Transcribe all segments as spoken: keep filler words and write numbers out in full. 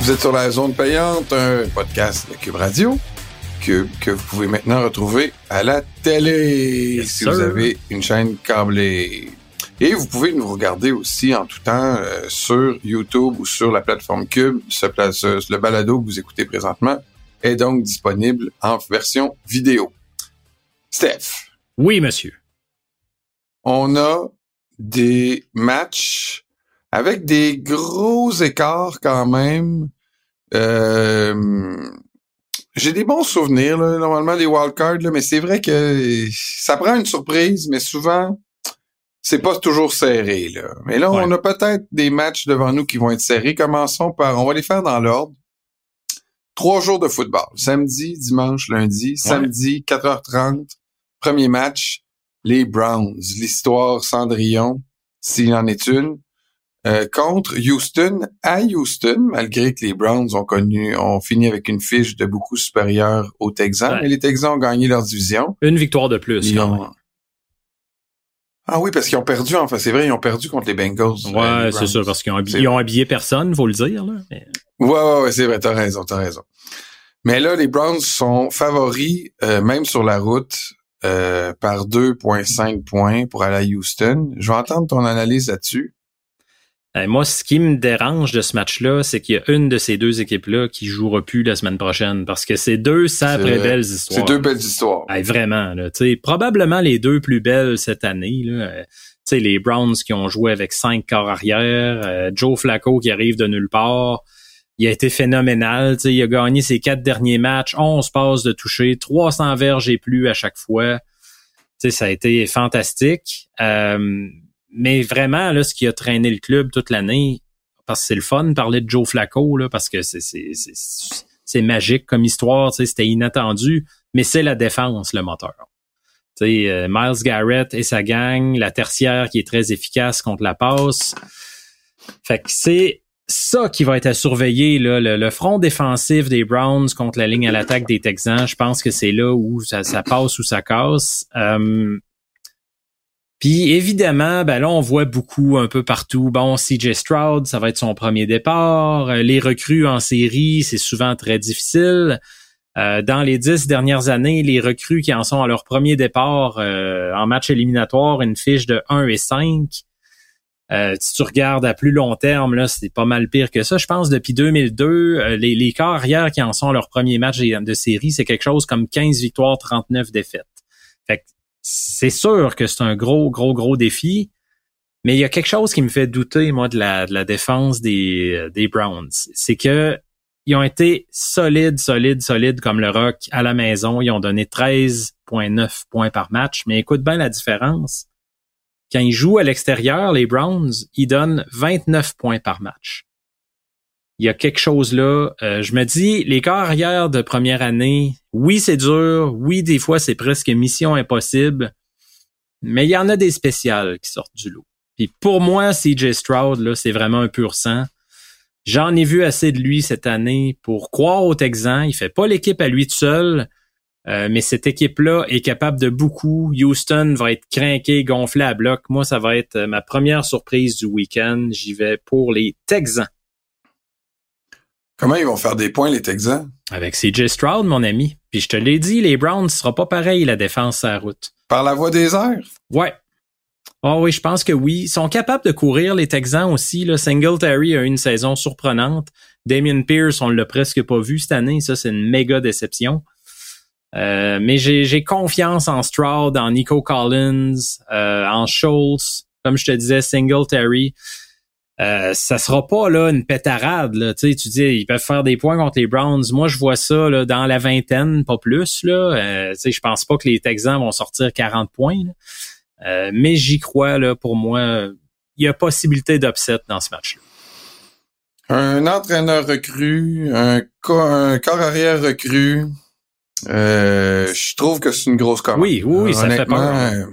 Vous êtes sur la zone payante, un podcast de Cube Radio, Cube que vous pouvez maintenant retrouver à la télé yes, si sir. Vous avez une chaîne câblée. Et vous pouvez nous regarder aussi en tout temps euh, sur YouTube ou sur la plateforme Cube. Ce place, le balado que vous écoutez présentement est donc disponible en version vidéo. Steph. Oui, monsieur. On a des matchs avec des gros écarts quand même. Euh, j'ai des bons souvenirs, là, normalement, des wildcards, là, mais c'est vrai que ça prend une surprise, mais souvent, c'est pas toujours serré. Là. Mais là, ouais. on a peut-être des matchs devant nous qui vont être serrés. Commençons par, on va les faire dans l'ordre. Trois jours de football. Samedi, dimanche, lundi. Ouais. Samedi, quatre heures trente. Premier match, les Browns. L'histoire Cendrillon, s'il en est une. Euh, contre Houston, à Houston, malgré que les Browns ont connu, ont fini avec une fiche de beaucoup supérieure aux Texans, ouais. mais les Texans ont gagné leur division. Une victoire de plus. Ils ont... Ah oui, parce qu'ils ont perdu, enfin c'est vrai, ils ont perdu contre les Bengals. Ouais, les c'est ça, parce qu'ils ont habillé, ils ont habillé personne, faut le dire. Là. Mais... Ouais, ouais, ouais, c'est vrai, t'as raison, t'as raison. Mais là, les Browns sont favoris, euh, même sur la route, euh, par deux virgule cinq points pour aller à Houston. Je vais entendre ton analyse là-dessus. Euh, moi, ce qui me dérange de ce match-là, c'est qu'il y a une de ces deux équipes-là qui jouera plus la semaine prochaine, parce que c'est deux sacrées belles histoires. C'est deux belles histoires. Euh, vraiment, là, tu sais, probablement les deux plus belles cette année, là. Euh, tu sais, les Browns qui ont joué avec cinq corps arrière, euh, Joe Flacco qui arrive de nulle part. Il a été phénoménal, tu sais, il a gagné ses quatre derniers matchs, onze passes de toucher, trois cents verges et plus à chaque fois. Tu sais, ça a été fantastique. Euh, Mais vraiment, là, ce qui a traîné le club toute l'année, parce que c'est le fun de parler de Joe Flacco, là, parce que c'est, c'est, c'est, c'est magique comme histoire, tu sais, c'était inattendu, mais c'est la défense, le moteur. Tu sais, euh, Myles Garrett et sa gang, la tertiaire qui est très efficace contre la passe. Fait que c'est ça qui va être à surveiller, là, le, le front défensif des Browns contre la ligne à l'attaque des Texans. Je pense que c'est là où ça, ça passe ou ça casse. Euh, Puis évidemment, ben là, on voit beaucoup un peu partout. Bon, C J Stroud, ça va être son premier départ. Les recrues en série, c'est souvent très difficile. Euh, dans les dix dernières années, les recrues qui en sont à leur premier départ euh, en match éliminatoire, une fiche de un et cinq. Euh, si tu regardes à plus long terme, là, c'est pas mal pire que ça. Je pense depuis deux mille deux, euh, les, les corps arrière qui en sont à leur premier match de série, c'est quelque chose comme quinze victoires, trente-neuf défaites. Fait que c'est sûr que c'est un gros, gros, gros défi, mais il y a quelque chose qui me fait douter, moi, de la, de la défense des, des Browns. C'est que ils ont été solides, solides, solides comme le roc à la maison. Ils ont donné treize virgule neuf points par match, mais écoute bien la différence. Quand ils jouent à l'extérieur, les Browns, ils donnent vingt-neuf points par match. Il y a quelque chose là. Euh, je me dis, les corps arrière de première année, oui, c'est dur. Oui, des fois, c'est presque mission impossible. Mais il y en a des spéciales qui sortent du lot. Puis pour moi, C J Stroud, là, c'est vraiment un pur sang. J'en ai vu assez de lui cette année pour croire aux Texans. Il fait pas l'équipe à lui tout seul, euh, mais cette équipe-là est capable de beaucoup. Houston va être crinqué, gonflé à bloc. Moi, ça va être ma première surprise du week-end. J'y vais pour les Texans. Comment ils vont faire des points, les Texans? Avec C J Stroud, mon ami. Puis je te l'ai dit, les Browns, ce sera pas pareil, la défense à la route. Par la voie des airs? Ouais. Oh oui, je pense que oui. Ils sont capables de courir, les Texans aussi. Là. Singletary a eu une saison surprenante. Dameon Pierce, on l'a presque pas vu cette année. Ça, c'est une méga déception. Euh, mais j'ai, j'ai confiance en Stroud, en Nico Collins, euh, en Schultz. Comme je te disais, Singletary. Euh, ça sera pas là une pétarade, là. Tu sais, tu dis ils peuvent faire des points contre les Browns. Moi, je vois ça là dans la vingtaine, pas plus là. Euh, tu sais, je pense pas que les Texans vont sortir quarante points. Là. Euh, mais j'y crois là. Pour moi, il y a possibilité d'upset dans ce match-là. Un entraîneur recru, un, co- un corps arrière recru. Euh, je trouve que c'est une grosse commande. Oui, oui, oui, ça fait peur. Euh,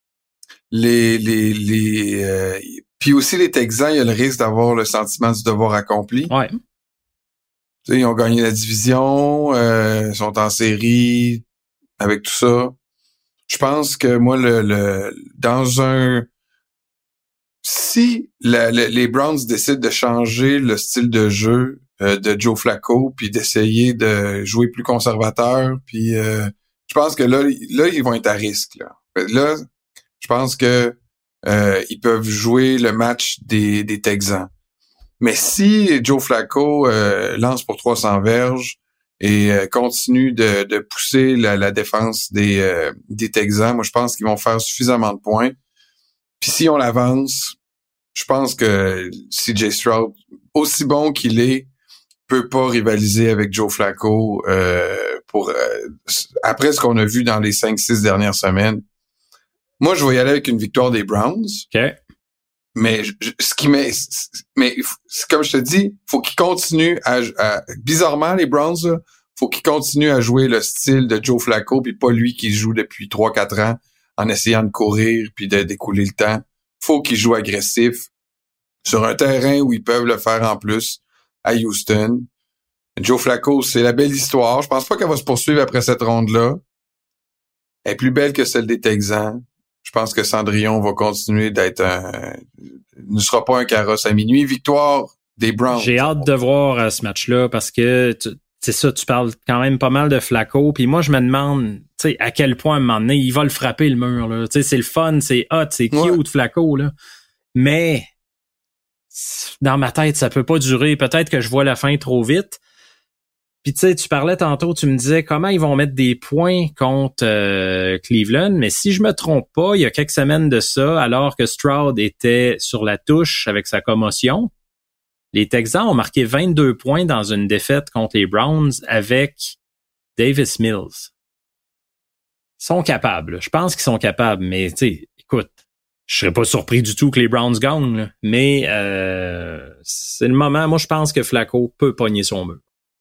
les les les euh, Puis aussi, les Texans, il y a le risque d'avoir le sentiment du devoir accompli. Ouais. Tu sais, ils ont gagné la division, euh, ils sont en série, avec tout ça. Je pense que moi, le, le dans un... Si la, le, les Browns décident de changer le style de jeu euh, de Joe Flacco, puis d'essayer de jouer plus conservateur. Puis euh, je pense que là, là, ils vont être à risque. Là, là je pense que euh, ils peuvent jouer le match des, des Texans. Mais si Joe Flacco euh, lance pour trois cents verges et euh, continue de, de pousser la, la défense des, euh, des Texans, moi je pense qu'ils vont faire suffisamment de points. Puis si on l'avance, je pense que C J Stroud, aussi bon qu'il est, peut pas rivaliser avec Joe Flacco euh, pour euh, après ce qu'on a vu dans les cinq six dernières semaines. Moi, je vais y aller avec une victoire des Browns. OK. Mais je, ce qui met, mais comme je te dis, faut qu'ils continuent à, à bizarrement les Browns, là, faut qu'ils continuent à jouer le style de Joe Flacco, puis pas lui qui joue depuis trois quatre ans en essayant de courir puis de d'écouler le temps. Faut qu'ils jouent agressif sur un terrain où ils peuvent le faire en plus à Houston. Joe Flacco, c'est la belle histoire. Je pense pas qu'elle va se poursuivre après cette ronde-là. Elle est plus belle que celle des Texans. Je pense que Cendrillon va continuer d'être un... ne sera pas un carrosse à minuit. Victoire des Browns. J'ai hâte de voir euh, ce match-là parce que tu, c'est ça, tu parles quand même pas mal de Flacco. Puis moi, je me demande, tu sais, à quel point à un moment donné, il va le frapper le mur. Là. Tu sais, c'est le fun, c'est hot, c'est cute, ouais. Flacco. Là. Mais dans ma tête, ça peut pas durer. Peut-être que je vois la fin trop vite. Puis tu sais, tu parlais tantôt, tu me disais comment ils vont mettre des points contre euh, Cleveland, mais si je me trompe pas, il y a quelques semaines de ça, alors que Stroud était sur la touche avec sa commotion, les Texans ont marqué vingt-deux points dans une défaite contre les Browns avec Davis Mills. Ils sont capables, je pense qu'ils sont capables, mais tu sais, écoute, je serais pas surpris du tout que les Browns gagnent, là. Mais euh, c'est le moment, moi je pense que Flacco peut pogner son mur.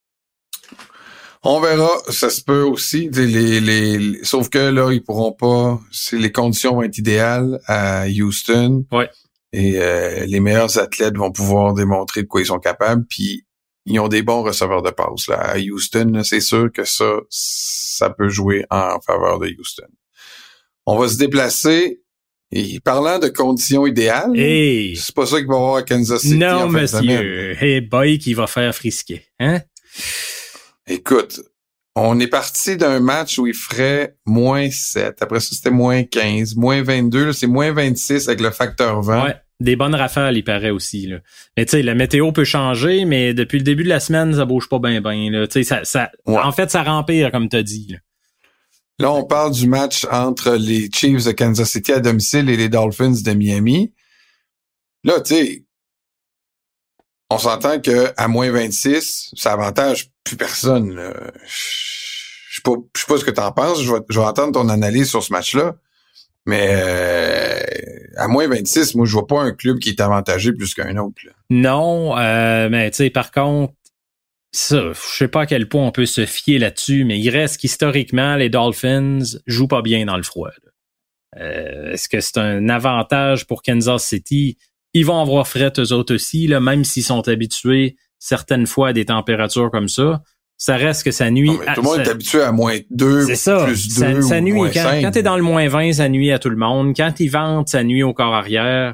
On verra, ça se peut aussi. Les, les, les, sauf que là, ils pourront pas. Si les conditions vont être idéales à Houston. Ouais. Et euh, les meilleurs athlètes vont pouvoir démontrer de quoi ils sont capables. Puis ils ont des bons receveurs de passe là. À Houston, là, c'est sûr que ça, ça peut jouer en faveur de Houston. On va se déplacer. Et parlant de conditions idéales, hey. C'est pas ça qu'il va y avoir à Kansas City. Non, en fin monsieur. de semaine. Hey boy, qui va faire frisquer, hein? Écoute, on est parti d'un match où il ferait moins sept. Après ça, c'était moins quinze, moins vingt-deux. Là, c'est moins vingt-six avec le facteur vent. Ouais, des bonnes rafales, il paraît aussi. Là. Mais tu sais, la météo peut changer, mais depuis le début de la semaine, ça bouge pas bien, bien. Tu sais, ça, ça, ouais. En fait, ça rempire, comme t'as dit. Là. Là, on parle du match entre les Chiefs de Kansas City à domicile et les Dolphins de Miami. Là, tu sais, on s'entend que à moins vingt-six, ça avantage plus personne. Là. Je sais pas, je sais pas ce que t'en penses. Je vais, je vais entendre ton analyse sur ce match-là. Mais euh, à moins vingt-six, moi, je vois pas un club qui est avantagé plus qu'un autre. Là. Non, euh, mais tu sais, par contre, ça, je sais pas à quel point on peut se fier là-dessus, mais il reste qu'historiquement, les Dolphins jouent pas bien dans le froid. Euh, est-ce que c'est un avantage pour Kansas City? Ils vont avoir fret eux autres aussi, là, même s'ils sont habitués certaines fois à des températures comme ça. Ça reste que ça nuit. Non, mais tout à, le monde ça, est habitué à moins deux, c'est ça, plus ça, deux ça ou nuit. moins Quand, cinq. quand t'es dans le moins vingt, ça nuit à tout le monde. Quand ils ventent, ça nuit au corps arrière.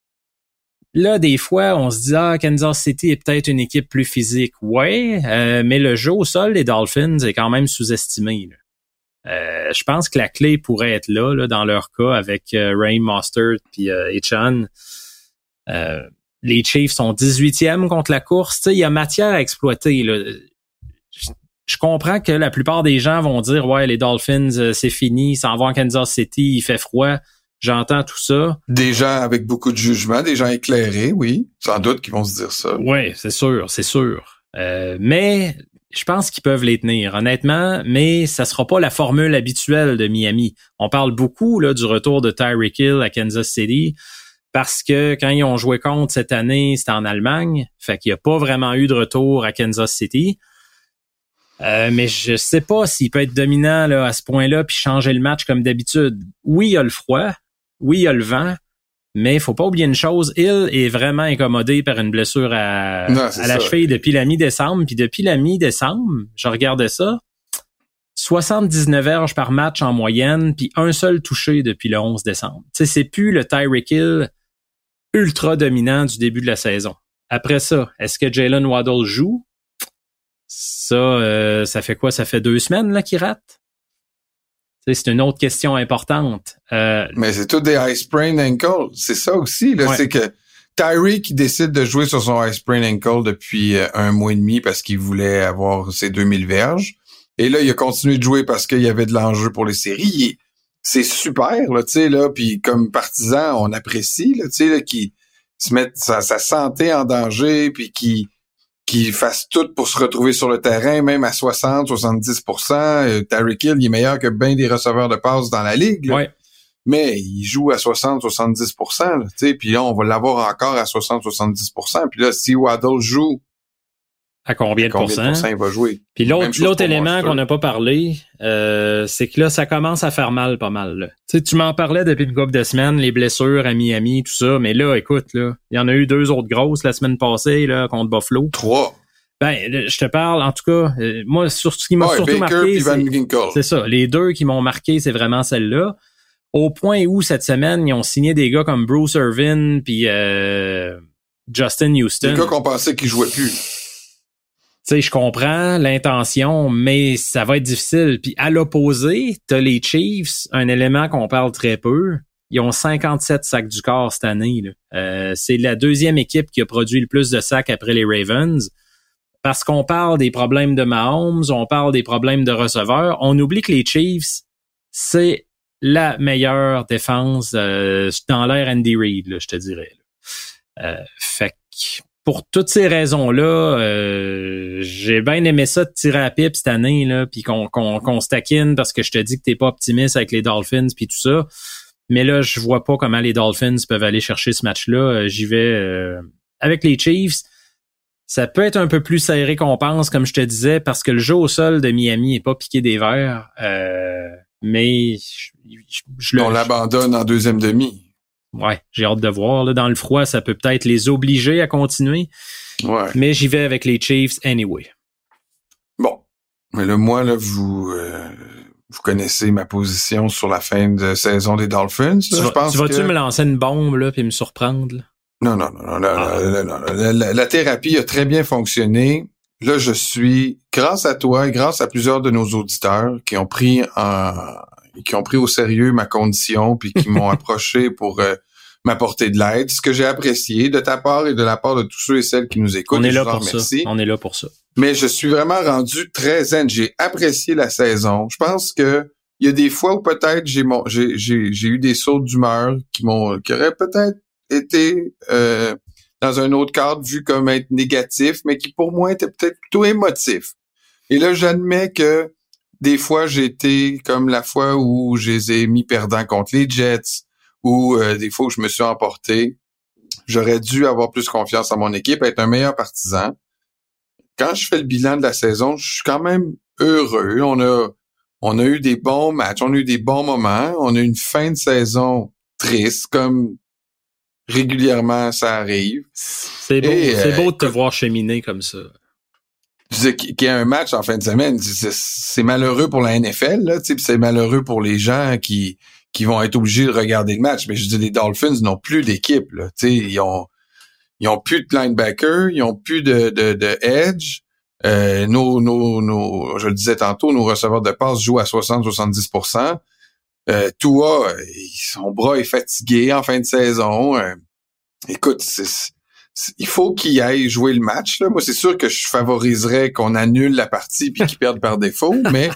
Là, des fois, on se dit, ah, Kansas City est peut-être une équipe plus physique. Ouais, euh, mais le jeu au sol des Dolphins est quand même sous-estimé. Là. Euh, je pense que la clé pourrait être là, là dans leur cas, avec euh, Raheem Mostert puis euh, Echan. Euh, les Chiefs sont dix-huitième contre la course. Il y a matière à exploiter. Là. Je, je comprends que la plupart des gens vont dire, ouais, les Dolphins, euh, c'est fini, s'en vont à Kansas City, il fait froid. J'entends tout ça. Des gens avec beaucoup de jugement, des gens éclairés, oui. Sans doute qu'ils vont se dire ça. Oui, c'est sûr, c'est sûr. Euh, mais je pense qu'ils peuvent les tenir, honnêtement, mais ça sera pas la formule habituelle de Miami. On parle beaucoup là du retour de Tyreek Hill à Kansas City parce que quand ils ont joué contre cette année, c'était en Allemagne. Fait qu'il n'y a pas vraiment eu de retour à Kansas City. Euh, mais je sais pas s'il peut être dominant là, à ce point-là puis changer le match comme d'habitude. Oui, il y a le froid. Oui, il y a le vent, mais il faut pas oublier une chose, Hill est vraiment incommodé par une blessure à, non, à la ça. cheville depuis la mi-décembre. Puis depuis la mi-décembre, je regardais ça, soixante-dix-neuf verges par match en moyenne, puis un seul touché depuis le onze décembre. Tu sais, c'est plus le Tyreek Hill ultra dominant du début de la saison. Après ça, est-ce que Jalen Waddle joue? Ça, euh, ça fait quoi? Ça fait deux semaines là qu'il rate? T'sais, c'est une autre question importante. Euh, Mais c'est tout des high sprain ankle. C'est ça aussi, là. Ouais. C'est que Tyreek qui décide de jouer sur son high sprain ankle depuis euh, un mois et demi parce qu'il voulait avoir ses deux mille verges. Et là, il a continué de jouer parce qu'il y avait de l'enjeu pour les séries. Il, c'est super, là, tu sais, là. Puis comme partisan, on apprécie, là, tu sais, là, qu'il se mette sa, sa santé en danger, puis qu'il qui fasse tout pour se retrouver sur le terrain, même à soixante à soixante-dix pour cent. Euh, Tyreek Hill, il est meilleur que bien des receveurs de passes dans la ligue. Là. Ouais. Mais il joue à soixante à soixante-dix pour cent. Puis là, on va l'avoir encore à soixante à soixante-dix pour cent. Puis là, si Waddle joue, à combien de pourcents? Pourcent il va jouer? Puis l'autre, l'autre élément Monster. Qu'on n'a pas parlé, euh, c'est que là, ça commence à faire mal pas mal. Là. Tu sais, tu m'en parlais depuis une couple de semaines, les blessures à Miami, tout ça. Mais là, écoute, là, il y en a eu deux autres grosses la semaine passée là contre Buffalo. Trois. Ben, je te parle, en tout cas, euh, moi, sur ce qui m'a ouais, surtout Baker marqué, c'est, c'est ça. Les deux qui m'ont marqué, c'est vraiment celle-là. Au point où, cette semaine, ils ont signé des gars comme Bruce Irvin puis euh, Justin Houston. Des gars qu'on pensait qu'ils jouaient plus. Tu sais, je comprends l'intention, mais ça va être difficile. Puis à l'opposé, t'as les Chiefs, un élément qu'on parle très peu. Ils ont cinquante-sept sacs du corps cette année. Là. Euh, c'est la deuxième équipe qui a produit le plus de sacs après les Ravens. Parce qu'on parle des problèmes de Mahomes, on parle des problèmes de receveurs. On oublie que les Chiefs, c'est la meilleure défense euh, dans l'ère Andy Reid, là, je te dirais. Là. Euh, fait que pour toutes ces raisons-là, euh, j'ai bien aimé ça de tirer à pipe cette année, là, puis qu'on, qu'on, qu'on se taquine parce que je te dis que t'es pas optimiste avec les Dolphins puis tout ça. Mais là, je vois pas comment les Dolphins peuvent aller chercher ce match-là. J'y vais euh, avec les Chiefs. Ça peut être un peu plus serré qu'on pense, comme je te disais, parce que le jeu au sol de Miami est pas piqué des verres. Euh, mais je, je, je le, on l'abandonne en deuxième demi. Ouais, j'ai hâte de voir. Là, dans le froid, ça peut peut-être les obliger à continuer. Ouais. Mais j'y vais avec les Chiefs anyway. Bon. Mais là, moi, là, vous euh, vous connaissez ma position sur la fin de saison des Dolphins. Tu, là, vas, je pense tu vas-tu que... me lancer une bombe là puis me surprendre? Là? Non, non, non, non, non, ah. non, non, non, non. La, la, la thérapie a très bien fonctionné. Là, je suis, grâce à toi et grâce à plusieurs de nos auditeurs qui ont pris en, qui ont pris au sérieux ma condition puis qui m'ont approché pour euh, m'apporter de l'aide, ce que j'ai apprécié de ta part et de la part de tous ceux et celles qui nous écoutent. On est là pour ça. On est là pour ça. Mais je suis vraiment rendu très zen. J'ai apprécié la saison. Je pense que il y a des fois où peut-être j'ai mon, j'ai, j'ai, j'ai eu des sauts d'humeur qui m'ont, qui auraient peut-être été euh, dans un autre cadre vu comme être négatif, mais qui pour moi était peut-être plutôt émotif. Et là, j'admets que des fois, j'ai été comme la fois où je les ai mis perdants contre les Jets, ou euh, des fois où je me suis emporté. J'aurais dû avoir plus confiance en mon équipe, être un meilleur partisan. Quand je fais le bilan de la saison, je suis quand même heureux. On a, on a eu des bons matchs, on a eu des bons moments, on a eu une fin de saison triste, comme régulièrement ça arrive. C'est beau, Et, c'est beau euh, de te voir cheminer comme ça. Je disais qu'il y a un match en fin de semaine, c'est, c'est malheureux pour la N F L, là, tu sais, c'est malheureux pour les gens qui qui vont être obligés de regarder le match. Mais je dis, les Dolphins n'ont plus d'équipe, là, tu sais, ils ont ils ont plus de linebacker, ils ont plus de de, de edge. Euh, nos nos nos, je le disais tantôt, nos receveurs de passe jouent à soixante à soixante-dix pour cent. Euh, Tua, son bras est fatigué en fin de saison. Euh, écoute, c'est, c'est, il faut qu'il aille jouer le match. Là. Moi, c'est sûr que je favoriserais qu'on annule la partie puis qu'il perde par défaut, mais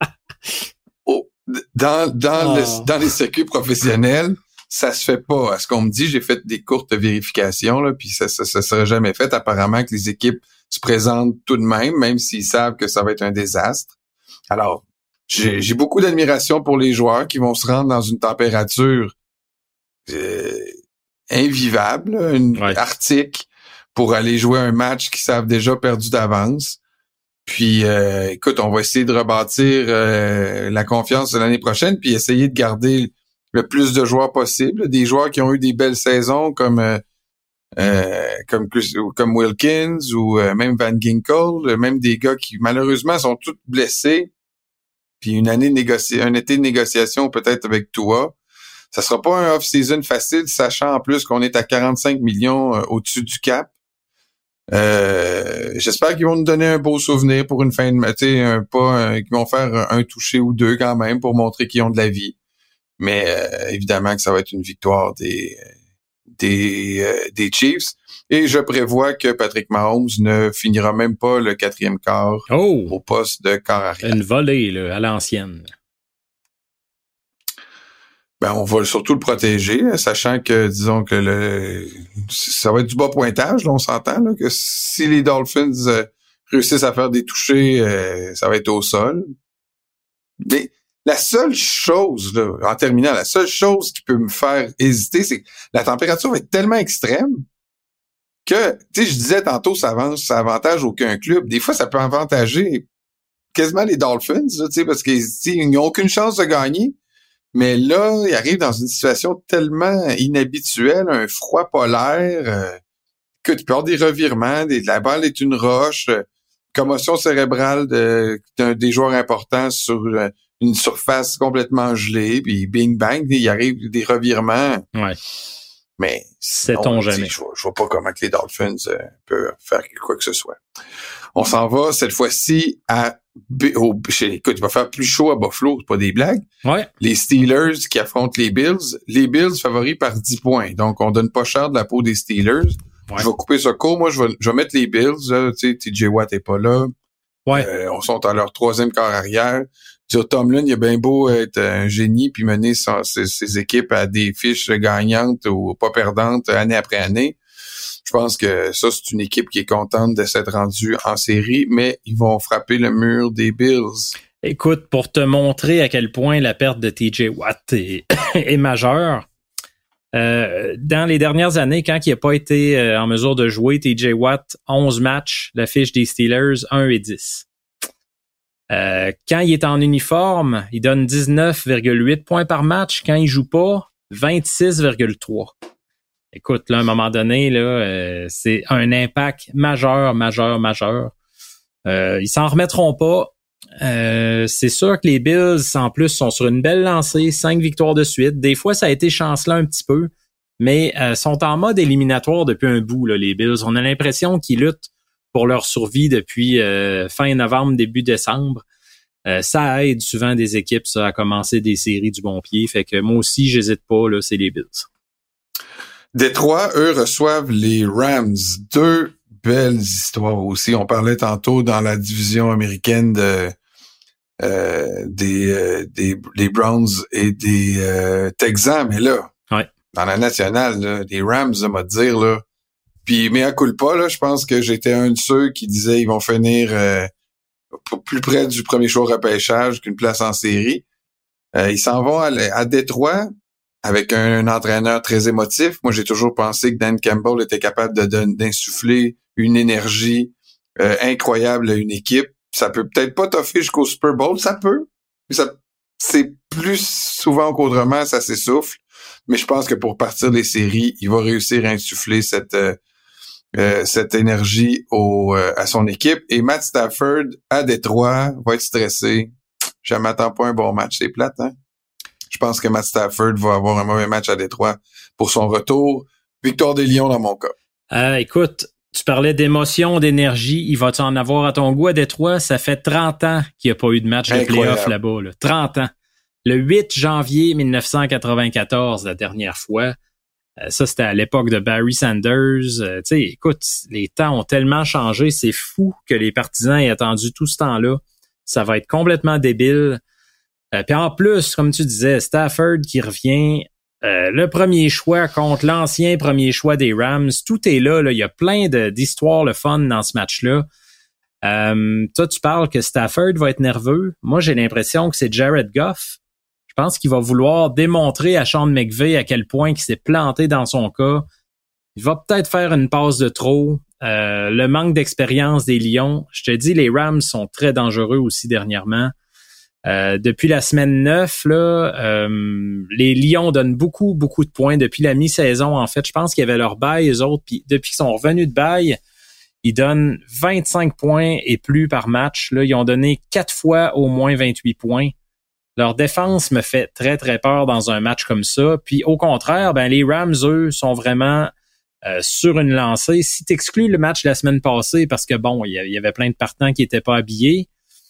oh, dans dans, oh. le, dans les circuits professionnels, ça se fait pas. À ce qu'on me dit, j'ai fait des courtes vérifications, là, puis ça, ça, ça serait jamais fait. Apparemment que les équipes se présentent tout de même, même s'ils savent que ça va être un désastre. Alors, J'ai, j'ai beaucoup d'admiration pour les joueurs qui vont se rendre dans une température euh, invivable, une ouais. arctique, pour aller jouer un match qu'ils savent déjà perdu d'avance. Puis, euh, écoute, on va essayer de rebâtir euh, la confiance de l'année prochaine, puis essayer de garder le plus de joueurs possible, des joueurs qui ont eu des belles saisons comme euh, euh, comme comme Wilkins ou euh, même Van Ginkel, même des gars qui malheureusement sont tous blessés. Puis une année de négoci- un été de négociation peut-être avec Tua. Ça sera pas un off-season facile, sachant en plus qu'on est à quarante-cinq millions euh, au-dessus du cap. Euh, j'espère qu'ils vont nous donner un beau souvenir pour une fin de match, tu sais, un pas, un, qu'ils vont faire un, un toucher ou deux quand même pour montrer qu'ils ont de la vie. Mais euh, évidemment que ça va être une victoire des des euh, des Chiefs. Et je prévois que Patrick Mahomes ne finira même pas le quatrième quart oh, au poste de quart arrière. Une volée là, à l'ancienne. Ben, on va surtout le protéger, sachant que, disons que le ça va être du bas pointage, là, on s'entend, là, que si les Dolphins euh, réussissent à faire des touchés, euh, ça va être au sol. Mais la seule chose, là, en terminant, la seule chose qui peut me faire hésiter, c'est que la température va être tellement extrême que, tu sais, je disais tantôt, ça avance, ça avantage aucun club. Des fois, ça peut avantager quasiment les Dolphins, tu sais, parce qu'ils n'ont aucune chance de gagner. Mais là, il arrive dans une situation tellement inhabituelle, un froid polaire, euh, que tu peux avoir des revirements, des, la balle est une roche, euh, commotion cérébrale de, d'un des joueurs importants sur euh, une surface complètement gelée, puis bing bang, il arrive des revirements. Ouais. Mais sait-on jamais. Je vois, je vois pas comment que les Dolphins euh, peuvent faire quoi que ce soit. On s'en va cette fois-ci à au, écoute, il va faire plus chaud à Buffalo, c'est pas des blagues. Ouais. Les Steelers qui affrontent les Bills. Les Bills favoris par dix points. Donc, on donne pas cher de la peau des Steelers. Ouais. Je vais couper ça court. Moi, je vais, je vais mettre les Bills. Là, tu sais, T J Watt est pas là. Ouais. Euh, on sont à leur troisième quart arrière. Sur Tomlin, il a bien beau être un génie puis mener son, ses, ses équipes à des fiches gagnantes ou pas perdantes année après année. Je pense que ça, c'est une équipe qui est contente de s'être rendue en série, mais ils vont frapper le mur des Bills. Écoute, pour te montrer à quel point la perte de T J Watt est, est majeure, euh, dans les dernières années, quand il n'a pas été euh, en mesure de jouer, T J Watt, onze matchs, la fiche des Steelers, un et dix. Euh, quand il est en uniforme, il donne dix-neuf virgule huit points par match. Quand il joue pas, vingt-six virgule trois. Écoute, là, à un moment donné, là, euh, c'est un impact majeur, majeur, majeur. Euh, ils s'en remettront pas. Euh, c'est sûr que les Bills, en plus, sont sur une belle lancée, cinq victoires de suite. Des fois, ça a été chancelant un petit peu, mais euh, sont en mode éliminatoire depuis un bout, là, les Bills. On a l'impression qu'ils luttent pour leur survie depuis euh, fin novembre, début décembre. Euh, ça aide souvent des équipes ça, à commencer des séries du bon pied. Fait que moi aussi, j'hésite pas, là, c'est les Bills. Détroit, eux, reçoivent les Rams. Deux belles histoires aussi. On parlait tantôt dans la division américaine de euh, des, euh, des les Browns et des euh, Texans, mais là, ouais. Dans la nationale, là, les Rams, on va te dire, là, puis mea culpa, là, je pense que j'étais un de ceux qui disaient ils vont finir euh, plus près du premier choix repêchage qu'une place en série. Euh, ils s'en vont à, à Détroit avec un, un entraîneur très émotif. Moi, j'ai toujours pensé que Dan Campbell était capable de, de d'insuffler une énergie euh, incroyable à une équipe. Ça peut peut-être pas toffer jusqu'au Super Bowl, ça peut. Mais ça, c'est plus souvent qu'autrement, ça s'essouffle. Mais je pense que pour partir des séries, il va réussir à insuffler cette euh, euh, cette énergie au euh, à son équipe. Et Matt Stafford à Détroit va être stressé. Je m'attends pas à un bon match, c'est plate, hein? Je pense que Matt Stafford va avoir un mauvais match à Détroit pour son retour. Victoire des Lions dans mon cas. Euh, écoute, tu parlais d'émotion, d'énergie. Il va-tu en avoir à ton goût à Détroit? Ça fait trente ans qu'il n'y a pas eu de match de play-off là-bas. Là. trente ans. Le huit janvier dix-neuf cent quatre-vingt-quatorze, la dernière fois. Euh, ça, c'était à l'époque de Barry Sanders. Euh, tu sais, écoute, les temps ont tellement changé. C'est fou que les partisans aient attendu tout ce temps-là. Ça va être complètement débile. Euh, puis en plus, comme tu disais, Stafford qui revient, euh, le premier choix contre l'ancien premier choix des Rams, tout est là. là. Il y a plein de, d'histoires le fun dans ce match-là. Euh, toi, tu parles que Stafford va être nerveux. Moi, j'ai l'impression que c'est Jared Goff. Je pense qu'il va vouloir démontrer à Sean McVay à quel point il s'est planté dans son cas. Il va peut-être faire une passe de trop. Euh, le manque d'expérience des Lions. Je te dis, les Rams sont très dangereux aussi dernièrement. Euh, depuis la semaine neuf, là, euh, les Lions donnent beaucoup, beaucoup de points depuis la mi-saison. En fait, je pense qu'ils avaient leur bail, eux autres. Puis depuis qu'ils sont revenus de bail, ils donnent vingt-cinq points et plus par match. Là, ils ont donné quatre fois au moins vingt-huit points. Leur défense me fait très, très peur dans un match comme ça. Puis au contraire, ben les Rams, eux, sont vraiment euh, sur une lancée. Si tu exclues le match de la semaine passée, parce que bon, il y, y avait plein de partants qui étaient pas habillés,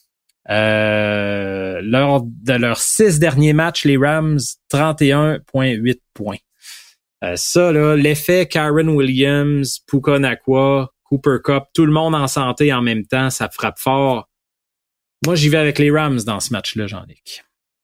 euh, lors de leurs six derniers matchs, les Rams, trente et un virgule huit points. Euh, ça, là, l'effet Karen Williams, Puka Nacua, Cooper Kupp, tout le monde en santé en même temps, ça frappe fort. Moi, j'y vais avec les Rams dans ce match-là, Jean-Luc.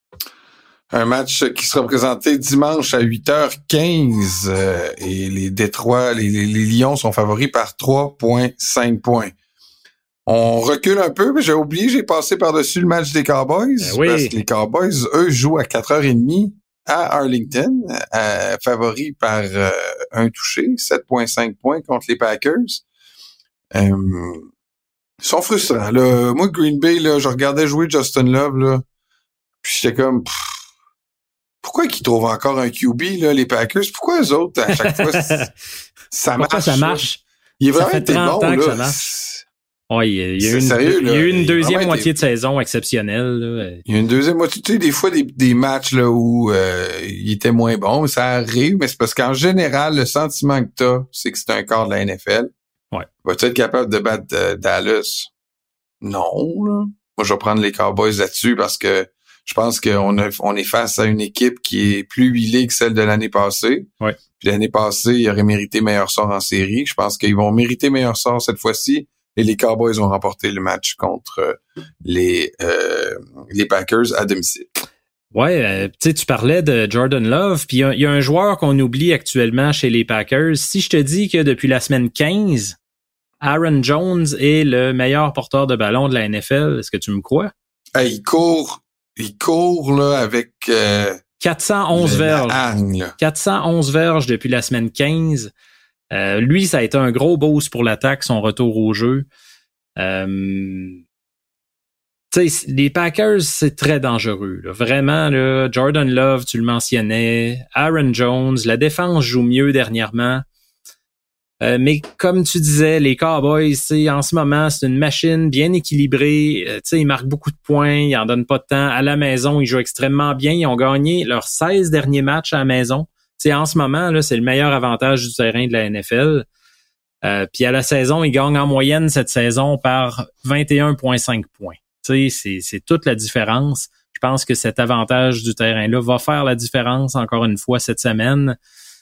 Un match qui sera présenté dimanche à huit heures quinze euh, et les Détroits, les, les, les Lions sont favoris par trois virgule cinq points. On recule un peu, mais j'ai oublié, j'ai passé par-dessus le match des Cowboys. Ben oui. Parce que les Cowboys, eux, jouent à quatre heures trente à Arlington, euh, favoris par euh, un touché, sept virgule cinq points contre les Packers. Euh, ils sont frustrants. Là. Moi, Green Bay, là, je regardais jouer Justin Love, là, puis j'étais comme... Pff, pourquoi qu'ils trouvent encore un Q B, là, les Packers? Pourquoi eux autres, à chaque fois, ça Pourquoi marche? ça marche? Il est vraiment ça fait été trente bon, ans là. que ça marche. Oui, il y a eu une, sérieux, il y a eu une deuxième moitié été... de saison exceptionnelle. Là. Il y a une deuxième moitié. Tu sais, des fois, des, des matchs là où euh, il était moins bon, mais ça arrive, mais c'est parce qu'en général, le sentiment que t'as, c'est que c'est un quart de la N F L. Ouais. Vas-tu être capable de battre euh, Dallas? Non, là. Moi, je vais prendre les Cowboys là-dessus parce que je pense qu'on a, on est face à une équipe qui est plus huilée que celle de l'année passée. Ouais. Puis l'année passée, il aurait mérité meilleur sort en série. Je pense qu'ils vont mériter meilleur sort cette fois-ci. Et les Cowboys ont remporté le match contre les euh, les Packers à domicile. Ouais, euh, tu sais, tu parlais de Jordan Love, puis il y, y a un joueur qu'on oublie actuellement chez les Packers. Si je te dis que depuis la semaine quinze, Aaron Jones est le meilleur porteur de ballon de la N F L, est-ce que tu me crois? Hey, il court, il court là avec euh, quatre cent onze verges. Hargne, quatre cent onze verges depuis la semaine quinze. Euh, lui, ça a été un gros boost pour l'attaque, son retour au jeu. Euh, tu sais, les Packers, c'est très dangereux. Là. Vraiment, là, Jordan Love, tu le mentionnais, Aaron Jones, la défense joue mieux dernièrement. Euh, mais comme tu disais, les Cowboys, en ce moment, c'est une machine bien équilibrée. Euh, ils marquent beaucoup de points, ils en donnent pas de temps. À la maison, ils jouent extrêmement bien. Ils ont gagné leurs seize derniers matchs à la maison. T'sais, en ce moment, là, c'est le meilleur avantage du terrain de la N F L. Euh, puis à la saison, ils gagnent en moyenne cette saison par vingt et un virgule cinq points. C'est, c'est toute la différence. Je pense que cet avantage du terrain-là va faire la différence encore une fois cette semaine.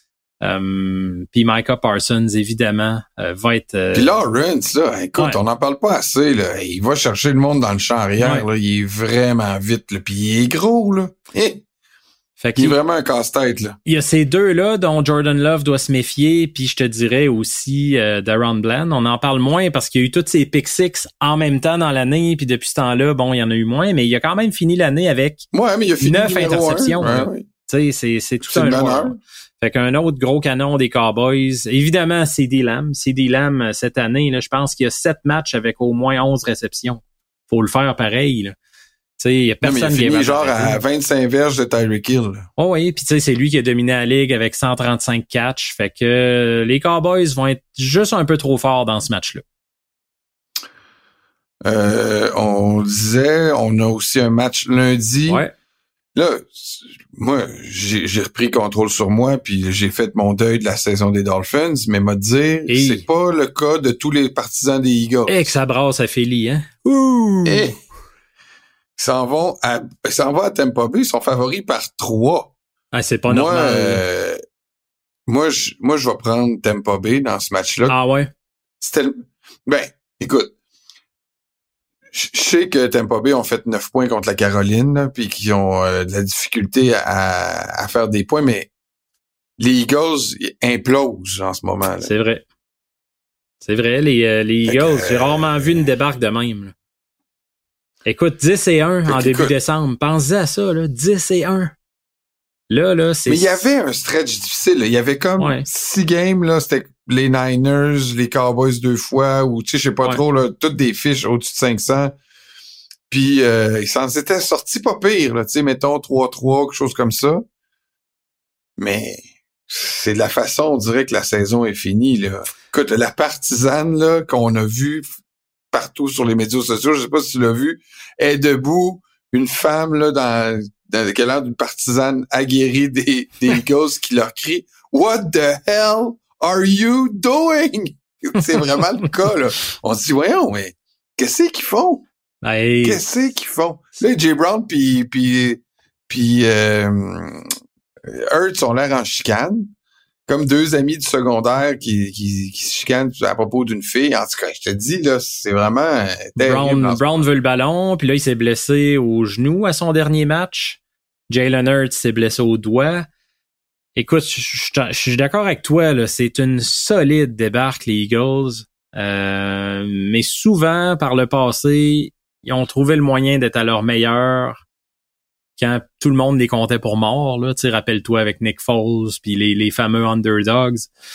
Euh, puis Micah Parsons, évidemment, euh, va être... Euh... Puis Lawrence, là, écoute, ouais. on n'en parle pas assez. Là. Il va chercher le monde dans le champ arrière. Ouais. Là. Il est vraiment vite. Là. Puis il est gros. Là. Eh. Fait il est vraiment un casse-tête, là. Il y a ces deux-là dont Jordan Love doit se méfier, puis je te dirais aussi euh, Daron Bland. On en parle moins parce qu'il y a eu toutes ces pick six en même temps dans l'année, puis depuis ce temps-là, bon, il y en a eu moins, mais il a quand même fini l'année avec ouais, mais il a fini neuf interceptions. Ouais, ouais. Tu sais, c'est, c'est tout c'est un joueur. Fait qu'un autre gros canon des Cowboys. Évidemment, CeeDee Lamb. CeeDee Lamb, cette année, là, je pense qu'il y a sept matchs avec au moins onze réceptions. Faut le faire pareil, là. Il y a personne non, mais il a fini genre à vingt-cinq verges de Tyreek Hill. Oh oui, puis tu sais, c'est lui qui a dominé la ligue avec cent trente-cinq catchs. Fait que euh, les Cowboys vont être juste un peu trop forts dans ce match-là. Euh, on disait, on a aussi un match lundi. Ouais. Là, moi, j'ai, j'ai repris contrôle sur moi, puis j'ai fait mon deuil de la saison des Dolphins, mais m'a dire, Et... c'est pas le cas de tous les partisans des Eagles. Et que ça brasse à Philly, hein? Ouh! Et... Ils s'en vont à, ils s'en vont à Tampa Bay, ils sont favoris par trois. Ah, c'est pas moi, normal. Euh, moi, je, moi, je vais prendre Tampa Bay dans ce match-là. Ah ouais? C'était, ben, écoute, je sais que Tampa Bay ont fait neuf points contre la Caroline, puis qu'ils ont euh, de la difficulté à, à faire des points, mais les Eagles implosent en ce moment. Là. C'est vrai. C'est vrai, les, euh, les Eagles, euh, j'ai rarement vu une débarque de même. Là. Écoute, dix et un en début décembre. Pensez à ça, là. dix et un. Là, là, c'est... Mais il y avait un stretch difficile. Là. Il y avait comme ouais. six games, là. C'était les Niners, les Cowboys deux fois, ou tu sais, je sais pas ouais. trop, là. Toutes des fiches au-dessus de cinq cents. Puis, euh, ils s'en étaient sortis pas pire, là. Tu sais, mettons trois trois, quelque chose comme ça. Mais c'est de la façon, on dirait que la saison est finie, là. Écoute, la partisane, là, qu'on a vue partout sur les médias sociaux, je sais pas si tu l'as vu, est debout, une femme là dans, dans quelle heure d'une partisane aguerrie des, des Eagles qui leur crie « What the hell are you doing? C'est vraiment le cas, là. On se dit, voyons, mais qu'est-ce qu'ils font? Hey. Qu'est-ce qu'ils font? Là, Jay Brown pis, pis, pis, euh, Hurts ont l'air en chicane. Comme deux amis du secondaire qui, qui, qui se chicanent à propos d'une fille. En tout cas, je te dis, là, c'est vraiment terrible. Brown, Brown veut le ballon, puis là, il s'est blessé au genou à son dernier match. Jalen Hurts s'est blessé au doigt. Écoute, je, je, je suis d'accord avec toi, là, c'est une solide débarque, les Eagles. Euh, mais souvent, par le passé, ils ont trouvé le moyen d'être à leur meilleur quand tout le monde les comptait pour morts, là. Tu sais, rappelle-toi avec Nick Foles puis les, les fameux underdogs.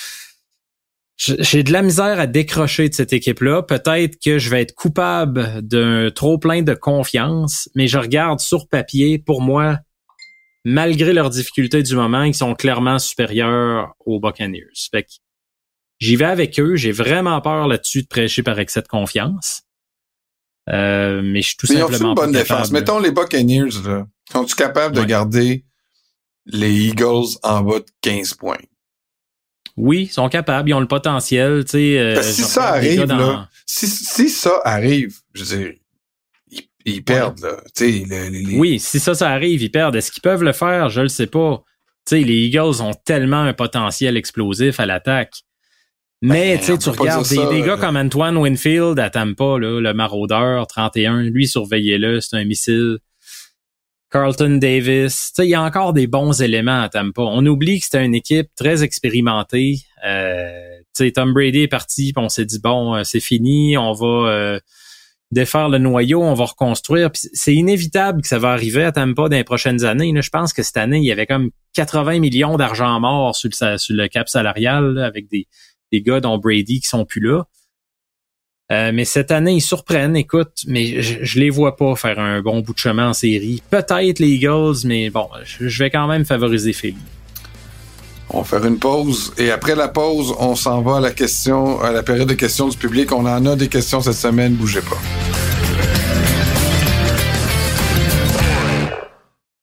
J'ai de la misère à décrocher de cette équipe-là. Peut-être que je vais être coupable d'un trop plein de confiance, mais je regarde sur papier, pour moi, malgré leurs difficultés du moment, ils sont clairement supérieurs aux Buccaneers. Fait que j'y vais avec eux. J'ai vraiment peur là-dessus de prêcher par excès de confiance. Euh, mais je suis tout mais simplement ils ont une bonne défense. Capable. Mettons les Buccaneers, là. Sont-ils capables ouais. de garder les Eagles en bas de quinze points? Oui, ils sont capables. Ils ont le potentiel. Tu sais. Euh, si ça arrive, dans... là, si, si ça arrive, je veux dire, ils, ils perdent, ouais. là. Tu sais, les, les... Oui, si ça, ça arrive, ils perdent. Est-ce qu'ils peuvent le faire? Je le sais pas. Tu sais, les Eagles ont tellement un potentiel explosif à l'attaque. Mais, ben, tu sais, tu regardes des, ça, des gars là. Comme Antoine Winfield à Tampa, là, le maraudeur, trente et un, lui, surveillez-le, c'est un missile. Carlton Davis, tu sais, il y a encore des bons éléments à Tampa. On oublie que c'était une équipe très expérimentée. Euh, tu sais, Tom Brady est parti, puis on s'est dit, bon, c'est fini, on va euh, défaire le noyau, on va reconstruire. Puis c'est inévitable que ça va arriver à Tampa dans les prochaines années. Là, je pense que cette année, il y avait comme quatre-vingts millions d'argent mort sur le, sur le cap salarial, là, avec des des gars dont Brady qui sont plus là. Euh, mais cette année, ils surprennent, écoute, mais je, je les vois pas faire un bon bout de chemin en série. Peut-être les Eagles, mais bon, je, je vais quand même favoriser Philly. On va faire une pause et après la pause, on s'en va à la question, à la période de questions du public. On en a des questions cette semaine, bougez pas.